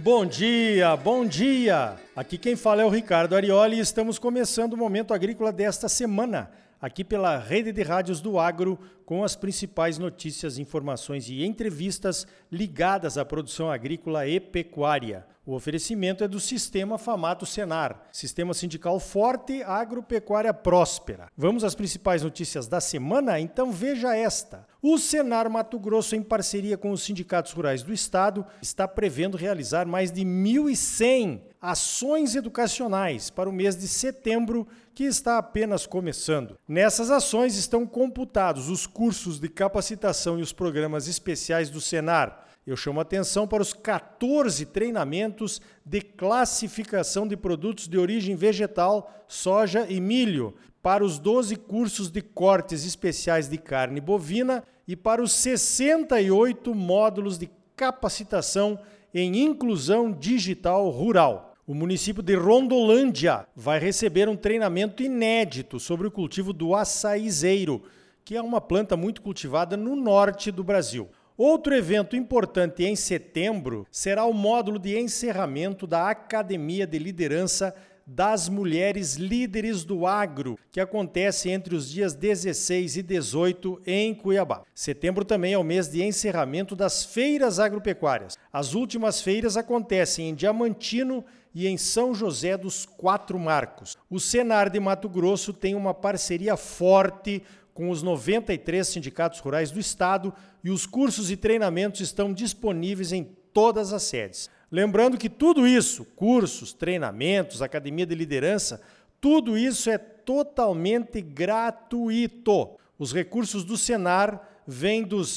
Bom dia, bom dia! Aqui quem fala é o Ricardo Arioli e estamos começando o Momento Agrícola desta semana, aqui pela Rede de Rádios do Agro, com as principais notícias, informações e entrevistas ligadas à produção agrícola e pecuária. O oferecimento é do Sistema Famato Senar, Sistema Sindical Forte, Agropecuária Próspera. Vamos às principais notícias da semana? Então veja esta. O Senar Mato Grosso, em parceria com os sindicatos rurais do estado, está prevendo realizar mais de 1.100 ações educacionais para o mês de setembro, que está apenas começando. Nessas ações estão computados os cursos de capacitação e os programas especiais do Senar. Eu chamo a atenção para os 14 treinamentos de classificação de produtos de origem vegetal, soja e milho, para os 12 cursos de cortes especiais de carne bovina e para os 68 módulos de capacitação em inclusão digital rural. O município de Rondolândia vai receber um treinamento inédito sobre o cultivo do açaizeiro, que é uma planta muito cultivada no norte do Brasil. Outro evento importante em setembro será o módulo de encerramento da Academia de Liderança das Mulheres Líderes do Agro, que acontece entre os dias 16 e 18 em Cuiabá. Setembro também é o mês de encerramento das feiras agropecuárias. As últimas feiras acontecem em Diamantino e em São José dos Quatro Marcos. O Senar de Mato Grosso tem uma parceria forte com os 93 sindicatos rurais do estado e os cursos e treinamentos estão disponíveis em todas as sedes. Lembrando que tudo isso, cursos, treinamentos, academia de liderança, tudo isso é totalmente gratuito. Os recursos do Senar vêm dos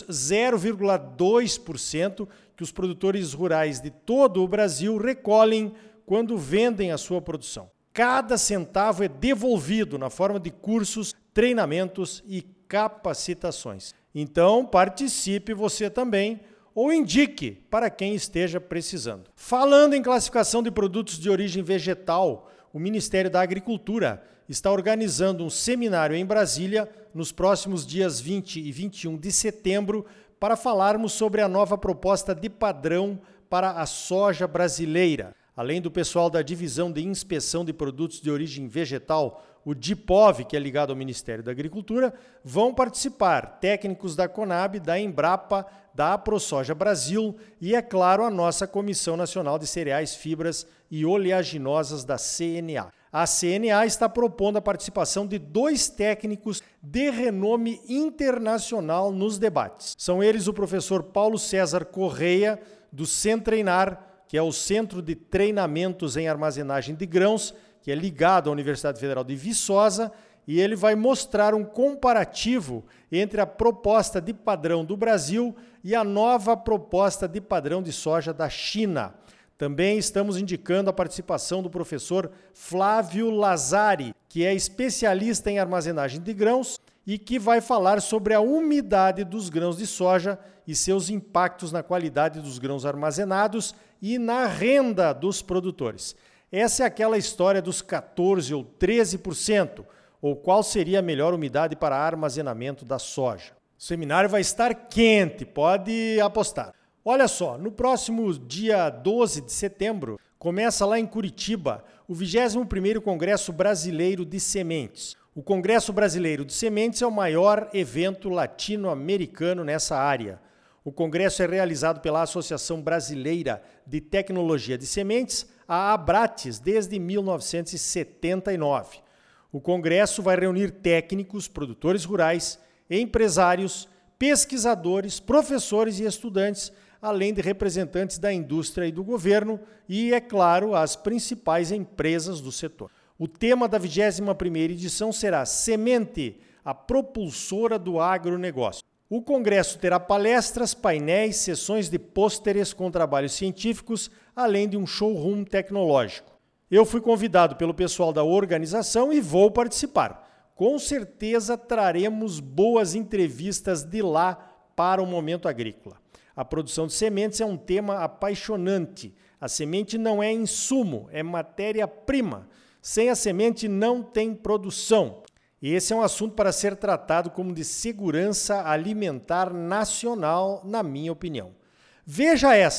0,2% que os produtores rurais de todo o Brasil recolhem quando vendem a sua produção. Cada centavo é devolvido na forma de cursos, treinamentos e capacitações. Então, participe você também ou indique para quem esteja precisando. Falando em classificação de produtos de origem vegetal, o Ministério da Agricultura está organizando um seminário em Brasília nos próximos dias 20 e 21 de setembro para falarmos sobre a nova proposta de padrão para a soja brasileira. Além do pessoal da Divisão de Inspeção de Produtos de Origem Vegetal, o DIPOV, que é ligado ao Ministério da Agricultura, vão participar técnicos da Conab, da Embrapa, da AproSoja Brasil e, é claro, a nossa Comissão Nacional de Cereais, Fibras e Oleaginosas da CNA. A CNA está propondo a participação de 2 técnicos de renome internacional nos debates. São eles o professor Paulo César Correia, do Centreinar, que é o Centro de Treinamentos em Armazenagem de Grãos, que é ligado à Universidade Federal de Viçosa, e ele vai mostrar um comparativo entre a proposta de padrão do Brasil e a nova proposta de padrão de soja da China. Também estamos indicando a participação do professor Flávio Lazari, que é especialista em armazenagem de grãos e que vai falar sobre a umidade dos grãos de soja e seus impactos na qualidade dos grãos armazenados e na renda dos produtores. Essa é aquela história dos 14% ou 13%, ou qual seria a melhor umidade para armazenamento da soja. O seminário vai estar quente, pode apostar. Olha só, no próximo dia 12 de setembro, começa lá em Curitiba o 21º Congresso Brasileiro de Sementes. O Congresso Brasileiro de Sementes é o maior evento latino-americano nessa área. O congresso é realizado pela Associação Brasileira de Tecnologia de Sementes, a Abrates, desde 1979. O congresso vai reunir técnicos, produtores rurais, empresários, pesquisadores, professores e estudantes, além de representantes da indústria e do governo e, é claro, as principais empresas do setor. O tema da 21ª edição será Semente, a propulsora do agronegócio. O congresso terá palestras, painéis, sessões de pôsteres com trabalhos científicos, além de um showroom tecnológico. Eu fui convidado pelo pessoal da organização e vou participar. Com certeza traremos boas entrevistas de lá para o Momento Agrícola. A produção de sementes é um tema apaixonante. A semente não é insumo, é matéria-prima. Sem a semente não tem produção. Esse é um assunto para ser tratado como de segurança alimentar nacional, na minha opinião. Veja esta.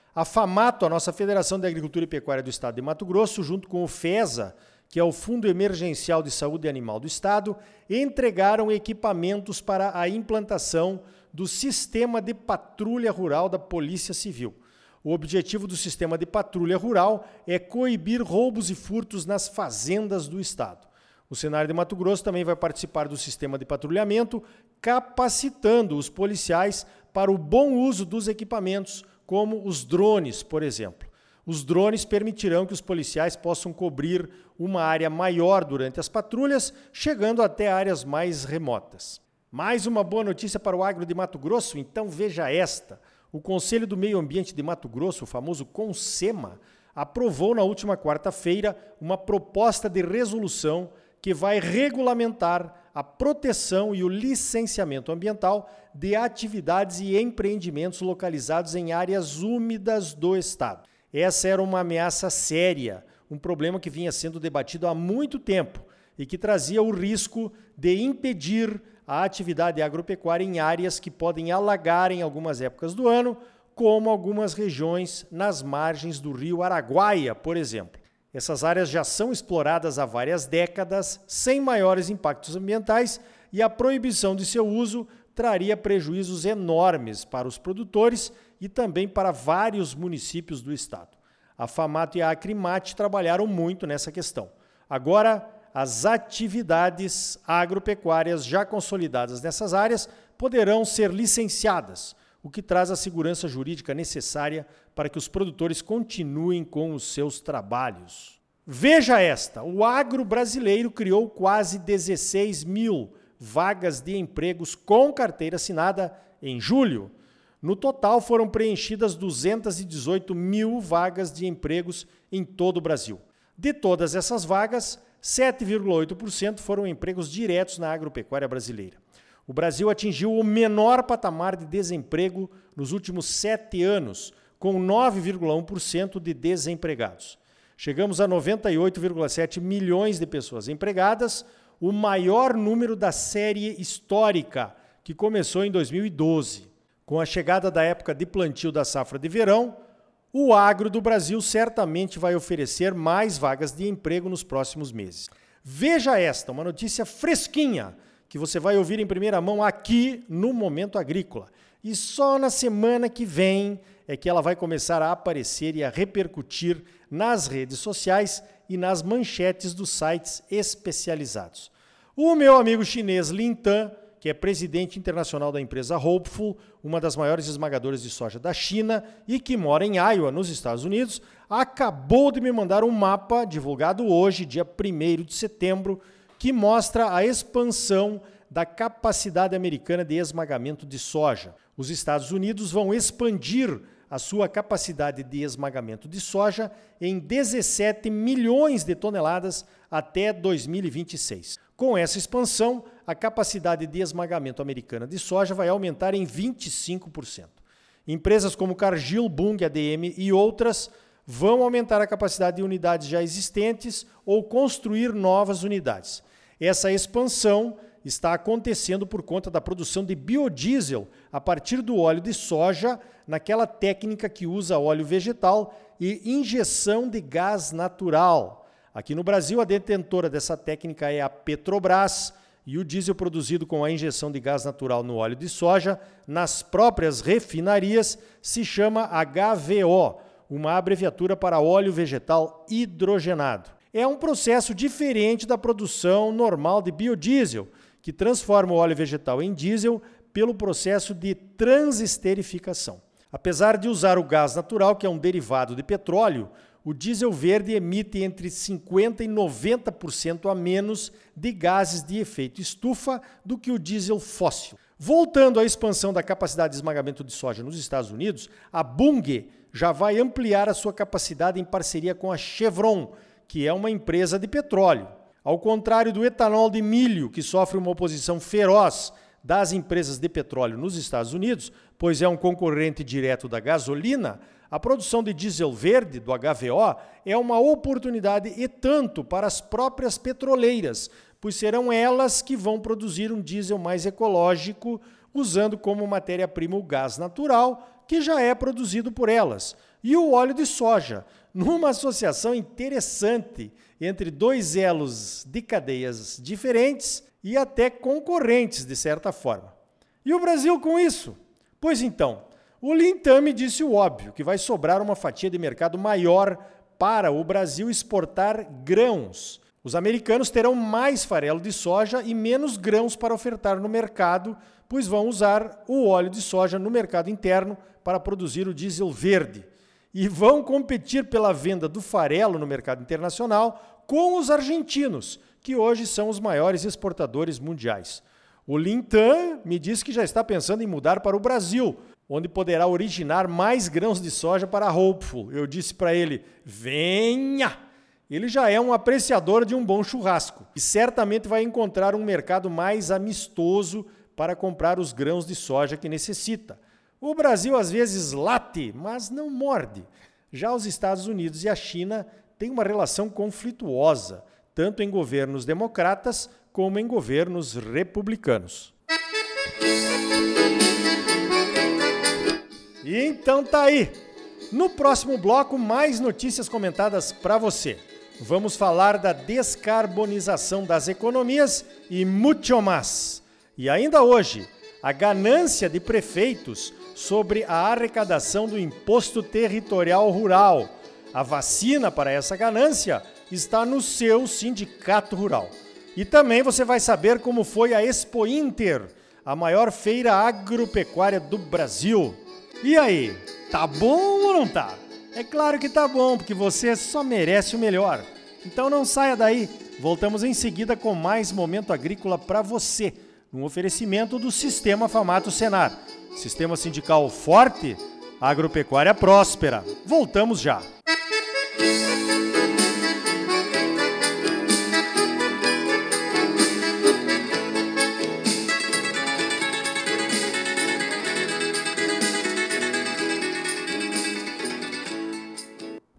A FAMATO, a nossa Federação de Agricultura e Pecuária do Estado de Mato Grosso, junto com o FESA, que é o Fundo Emergencial de Saúde Animal do Estado, entregaram equipamentos para a implantação do Sistema de Patrulha Rural da Polícia Civil. O objetivo do Sistema de Patrulha Rural é coibir roubos e furtos nas fazendas do Estado. O Senar de Mato Grosso também vai participar do sistema de patrulhamento, capacitando os policiais para o bom uso dos equipamentos, como os drones, por exemplo. Os drones permitirão que os policiais possam cobrir uma área maior durante as patrulhas, chegando até áreas mais remotas. Mais uma boa notícia para o agro de Mato Grosso? Então veja esta. O Conselho do Meio Ambiente de Mato Grosso, o famoso CONSEMA, aprovou na última quarta-feira uma proposta de resolução que vai regulamentar a proteção e o licenciamento ambiental de atividades e empreendimentos localizados em áreas úmidas do Estado. Essa era uma ameaça séria, um problema que vinha sendo debatido há muito tempo e que trazia o risco de impedir a atividade agropecuária em áreas que podem alagar em algumas épocas do ano, como algumas regiões nas margens do rio Araguaia, por exemplo. Essas áreas já são exploradas há várias décadas, sem maiores impactos ambientais, e a proibição de seu uso traria prejuízos enormes para os produtores e também para vários municípios do estado. A FAMATO e a Acrimate trabalharam muito nessa questão. Agora, as atividades agropecuárias já consolidadas nessas áreas poderão ser licenciadas, o que traz a segurança jurídica necessária para que os produtores continuem com os seus trabalhos. Veja esta, o agro brasileiro criou quase 16 mil vagas de empregos com carteira assinada em julho. No total, foram preenchidas 218 mil vagas de empregos em todo o Brasil. De todas essas vagas, 7,8% foram empregos diretos na agropecuária brasileira. O Brasil atingiu o menor patamar de desemprego nos últimos 7 anos, com 9,1% de desempregados. Chegamos a 98,7 milhões de pessoas empregadas, o maior número da série histórica, que começou em 2012. Com a chegada da época de plantio da safra de verão, o agro do Brasil certamente vai oferecer mais vagas de emprego nos próximos meses. Veja esta, uma notícia fresquinha, que você vai ouvir em primeira mão aqui no Momento Agrícola. E só na semana que vem é que ela vai começar a aparecer e a repercutir nas redes sociais e nas manchetes dos sites especializados. O meu amigo chinês Lin Tan, que é presidente internacional da empresa Hopeful, uma das maiores esmagadoras de soja da China e que mora em Iowa, nos Estados Unidos, acabou de me mandar um mapa divulgado hoje, dia 1º de setembro, que mostra a expansão da capacidade americana de esmagamento de soja. Os Estados Unidos vão expandir a sua capacidade de esmagamento de soja em 17 milhões de toneladas até 2026. Com essa expansão, a capacidade de esmagamento americana de soja vai aumentar em 25%. Empresas como Cargill, Bunge, ADM e outras vão aumentar a capacidade de unidades já existentes ou construir novas unidades. Essa expansão está acontecendo por conta da produção de biodiesel a partir do óleo de soja, naquela técnica que usa óleo vegetal e injeção de gás natural. Aqui no Brasil, a detentora dessa técnica é a Petrobras, e o diesel produzido com a injeção de gás natural no óleo de soja nas próprias refinarias se chama HVO, uma abreviatura para óleo vegetal hidrogenado. É um processo diferente da produção normal de biodiesel, que transforma o óleo vegetal em diesel pelo processo de transesterificação. Apesar de usar o gás natural, que é um derivado de petróleo, o diesel verde emite entre 50% e 90% a menos de gases de efeito estufa do que o diesel fóssil. Voltando à expansão da capacidade de esmagamento de soja nos Estados Unidos, a Bunge já vai ampliar a sua capacidade em parceria com a Chevron, que é uma empresa de petróleo. Ao contrário do etanol de milho, que sofre uma oposição feroz das empresas de petróleo nos Estados Unidos, pois é um concorrente direto da gasolina, a produção de diesel verde, do HVO, é uma oportunidade e tanto para as próprias petroleiras, pois serão elas que vão produzir um diesel mais ecológico, usando como matéria-prima o gás natural, que já é produzido por elas, e o óleo de soja, numa associação interessante entre dois elos de cadeias diferentes e até concorrentes, de certa forma. E o Brasil com isso? Pois então, o Lintan me disse o óbvio, que vai sobrar uma fatia de mercado maior para o Brasil exportar grãos. Os americanos terão mais farelo de soja e menos grãos para ofertar no mercado, pois vão usar o óleo de soja no mercado interno para produzir o diesel verde. E vão competir pela venda do farelo no mercado internacional com os argentinos, que hoje são os maiores exportadores mundiais. O Lintan me disse que já está pensando em mudar para o Brasil, onde poderá originar mais grãos de soja para a Hopeful. Eu disse para ele, venha! Ele já é um apreciador de um bom churrasco e certamente vai encontrar um mercado mais amistoso para comprar os grãos de soja que necessita. O Brasil às vezes late, mas não morde. Já os Estados Unidos e a China têm uma relação conflituosa, tanto em governos democratas como em governos republicanos. E então tá aí. No próximo bloco, mais notícias comentadas para você. Vamos falar da descarbonização das economias e muito mais. E ainda hoje, a ganância de prefeitos sobre a arrecadação do Imposto Territorial Rural. A vacina para essa ganância está no seu sindicato rural. E também você vai saber como foi a Expo Inter, a maior feira agropecuária do Brasil. E aí, tá bom ou não tá? É claro que tá bom, porque você só merece o melhor. Então não saia daí, voltamos em seguida com mais Momento Agrícola para você, um oferecimento do Sistema Famato Senar. Sistema sindical forte, agropecuária próspera. Voltamos já.